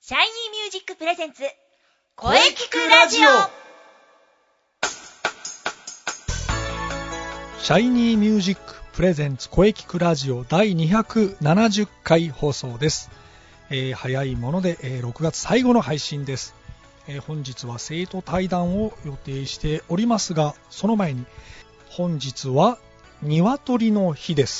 シャイニーミュージックプレゼンツ声聞くラジオ。 シャイニーミュージックプレゼンツ声聞くラジオ第270回放送です。早いもので、6月最後の配信です。本日は生徒対談を予定しておりますが、その前に本日は鶏の日です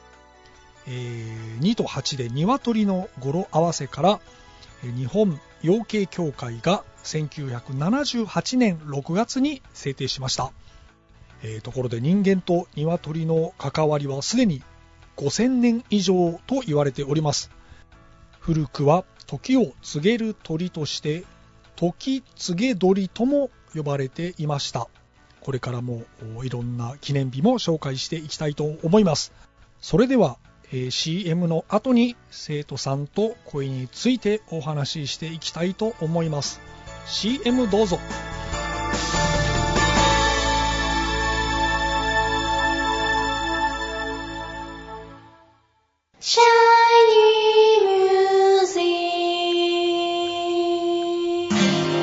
。2と8で鶏の語呂合わせから日本養鶏協会が1978年6月に制定しました。ところで人間と鶏の関わりはすでに5000年以上と言われております。古くは時を告げる鳥として時告げ鳥とも呼ばれていました。これからもいろんな記念日も紹介していきたいと思います。それではCM の後に生徒さんと声についてお話ししていきたいと思います。 CM どうぞ。 シャイニーミュージック。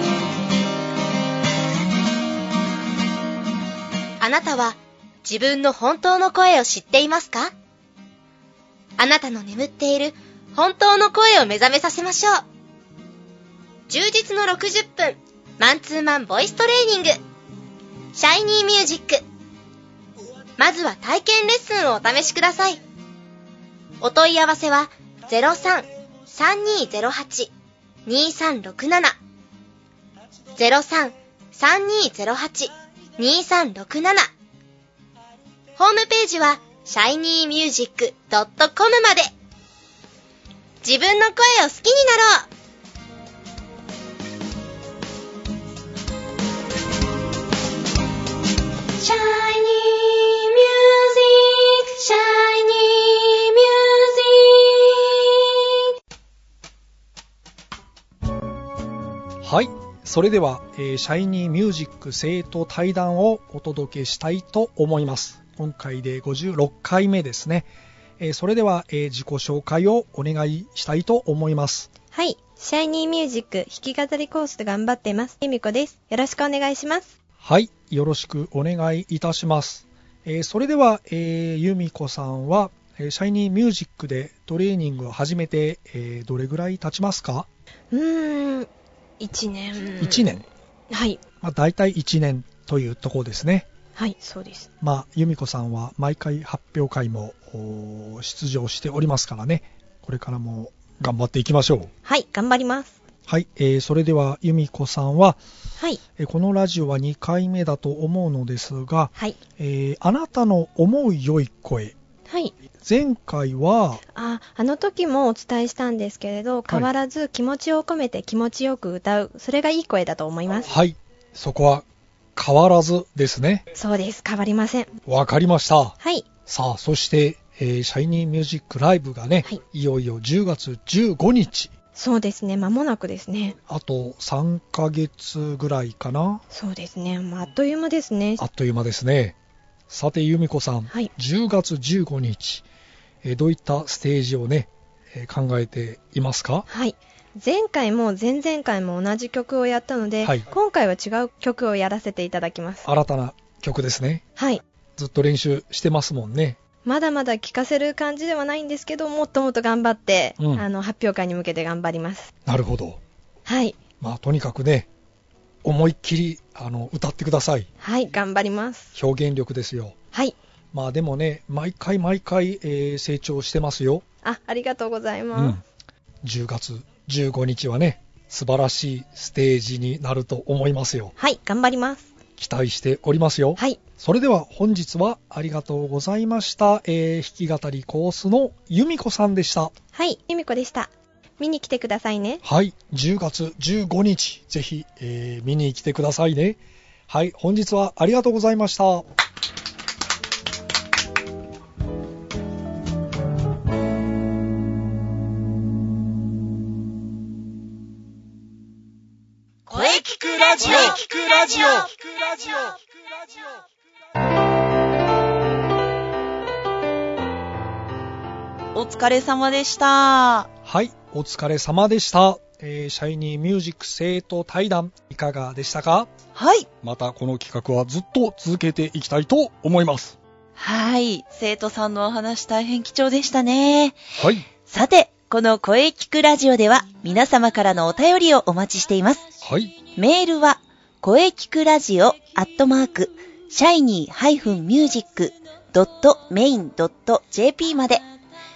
あなたは自分の本当の声を知っていますか？あなたの眠っている本当の声を目覚めさせましょう。充実の60分マンツーマンボイストレーニング、シャイニーミュージック。まずは体験レッスンをお試しください。お問い合わせは 03-3208-2367 03-3208-2367。ホームページはshinymusic.com まで。自分の声を好きになろう。シャイニーミュージック、シャイニーミュージック。 はい、それでは、シャイニーミュージック生徒対談をお届けしたいと思います。今回で56回目ですね。それでは、自己紹介をお願いしたいと思います。 はい、シャイニーミュージック弾き語りコースで頑張っています由美子です。よろしくお願いします。 はい、よろしくお願いいたします。それでは、由美子さんはシャイニーミュージックでトレーニングを始めて、どれぐらい経ちますか 1年。 1年。 はい。 だいたい1年というところですね。 はい、そうです。 由美子さんは毎回発表会も出場しておりますからね。これからも頑張っていきましょう。 はい、頑張ります。 はい、それでは由美子さんは、 はい、 このラジオは2回目だと思うのですが、 はい、 あなたの思う良い声。 はい。 前回はあの時もお伝えしたんですけれど、変わらず気持ちを込めて気持ちよく歌う、それがいい声だと思います。 はい、そこは変わらずですね。 そうです、変わりません。 わかりました。 はい。 さあ、そして、シャイニーミュージックライブがね、 はい、 いよいよ10月15日。 そうですね、間もなくですね。 あと3ヶ月ぐらいかな。 そうですね、あっという間ですね。 あっという間ですね。さて由美子さん、 はい、 10月15日、どういったステージをね、考えていますか？ はい、前回も前々回も同じ曲をやったので、 はい、 今回は違う曲をやらせていただきます。 新たな曲ですね。 はい。 ずっと練習してますもんね。 まだまだ聴かせる感じではないんですけど、もっともっと頑張って、発表会に向けて頑張ります。 なるほど。 はい。 とにかくね、思いっきり歌ってください。 はい、頑張ります。 表現力ですよ。 はい。 でもね、毎回、成長してますよ。 ありがとうございます。 10月15日はね、素晴らしいステージになると思いますよ。 はい、頑張ります。 期待しておりますよ。 はい。 それでは本日はありがとうございました。弾き語りコースの由美子さんでした。 はい、由美子でした。見に来てくださいね。 はい、10月15日、ぜひ、見に来てくださいね。はい、本日はありがとうございました。 声聞くラジオ。 お疲れ様でした。 はい、お疲れ様でした。 シャイニーミュージック生徒対談いかがでしたか？ はい。 またこの企画はずっと続けていきたいと思います。 はい。生徒さんのお話大変貴重でしたね。 はい。 さて、この声聞くラジオでは皆様からのお便りをお待ちしています。 はい。 メールは声聞くラジオshiny-music.main.jp まで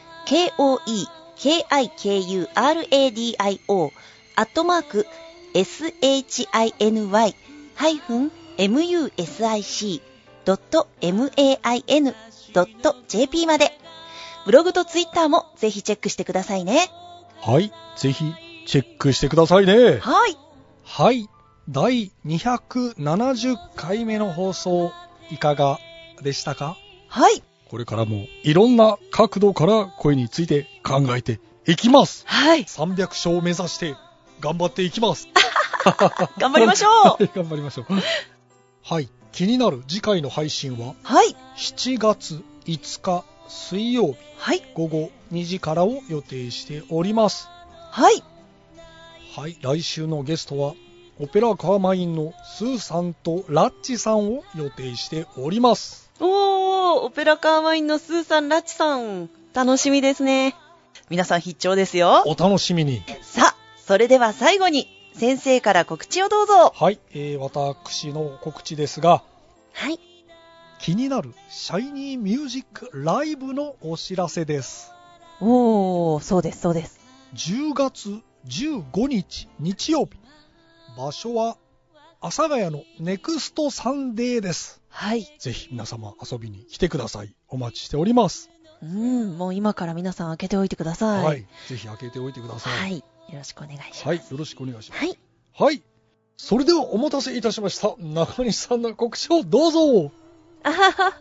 shiny-music.main.jp まで。ブログとツイッターもぜひチェックしてくださいね。 はい。ぜひチェックしてくださいね。 はい。 はい。第270回目の放送いかがでしたか？ はい。 これからもいろんな角度から声について考えていきます。 はい。 300勝を目指して頑張っていきます。 頑張りましょう。 頑張りましょう。はい。気になる次回の配信は、 はい。 7月5日水曜日、 はい。 午後2時からを予定しております。 はい。 はい。来週のゲストは、オペラカーマインのスーさんとラッチさんを予定しております。 オペラカーマインのスーさん、ラッチさん、楽しみですね。皆さん必聴ですよ。 お楽しみに。 さあ、それでは最後に先生から告知をどうぞ。 はい、私の告知ですが、 はい。 気になるシャイニーミュージックライブのお知らせです。 そうですそうです。 10月15日日曜日、場所は阿佐ヶ谷のネクストサンデーです。 はい。 ぜひ皆様遊びに来てください。お待ちしております。 もう今から皆さん開けておいてください。 はい。ぜひ開けておいてください。 はい。よろしくお願いします。 はい。よろしくお願いします。 はい。 はい。それではお待たせいたしました。中西さんの告知をどうぞ。 あはは。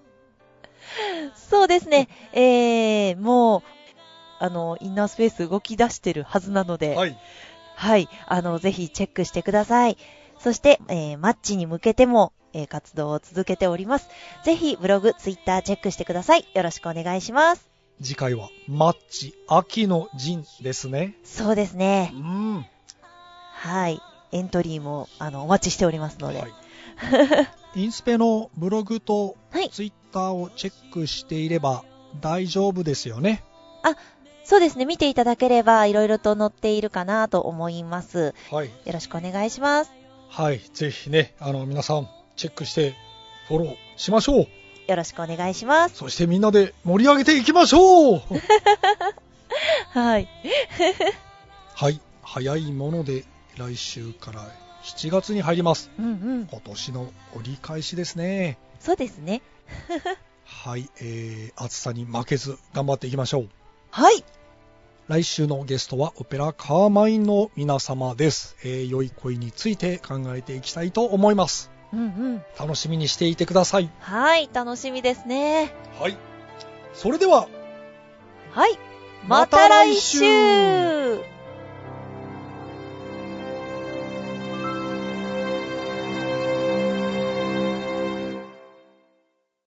そうですね。もう、インナースペース動き出してるはずなので、 はい。 はい。ぜひチェックしてください。そして、マッチに向けても、活動を続けております。ぜひ、ブログ、ツイッターチェックしてください。よろしくお願いします。 次回は、マッチ、秋の陣ですね。 そうですね。はい。エントリーも、お待ちしておりますので。はい、 インスペのブログとツイッターをチェックしていれば大丈夫ですよね。 そうですね。見ていただければいろいろと載っているかなと思います。 はい。 よろしくお願いします。 はい。ぜひね、皆さんチェックしてフォローしましょう。 よろしくお願いします。 そしてみんなで盛り上げていきましょう。 はい。 はい。早いもので来週から7月に入ります。今年の折り返しですね。 そうですね。 はい。暑さに負けず頑張っていきましょう。 はい。 来週のゲストはオペラカーマインの皆様です。良い恋について考えていきたいと思います。楽しみにしていてください。 はい、楽しみですね。 はい。それでは。 はい。また来週。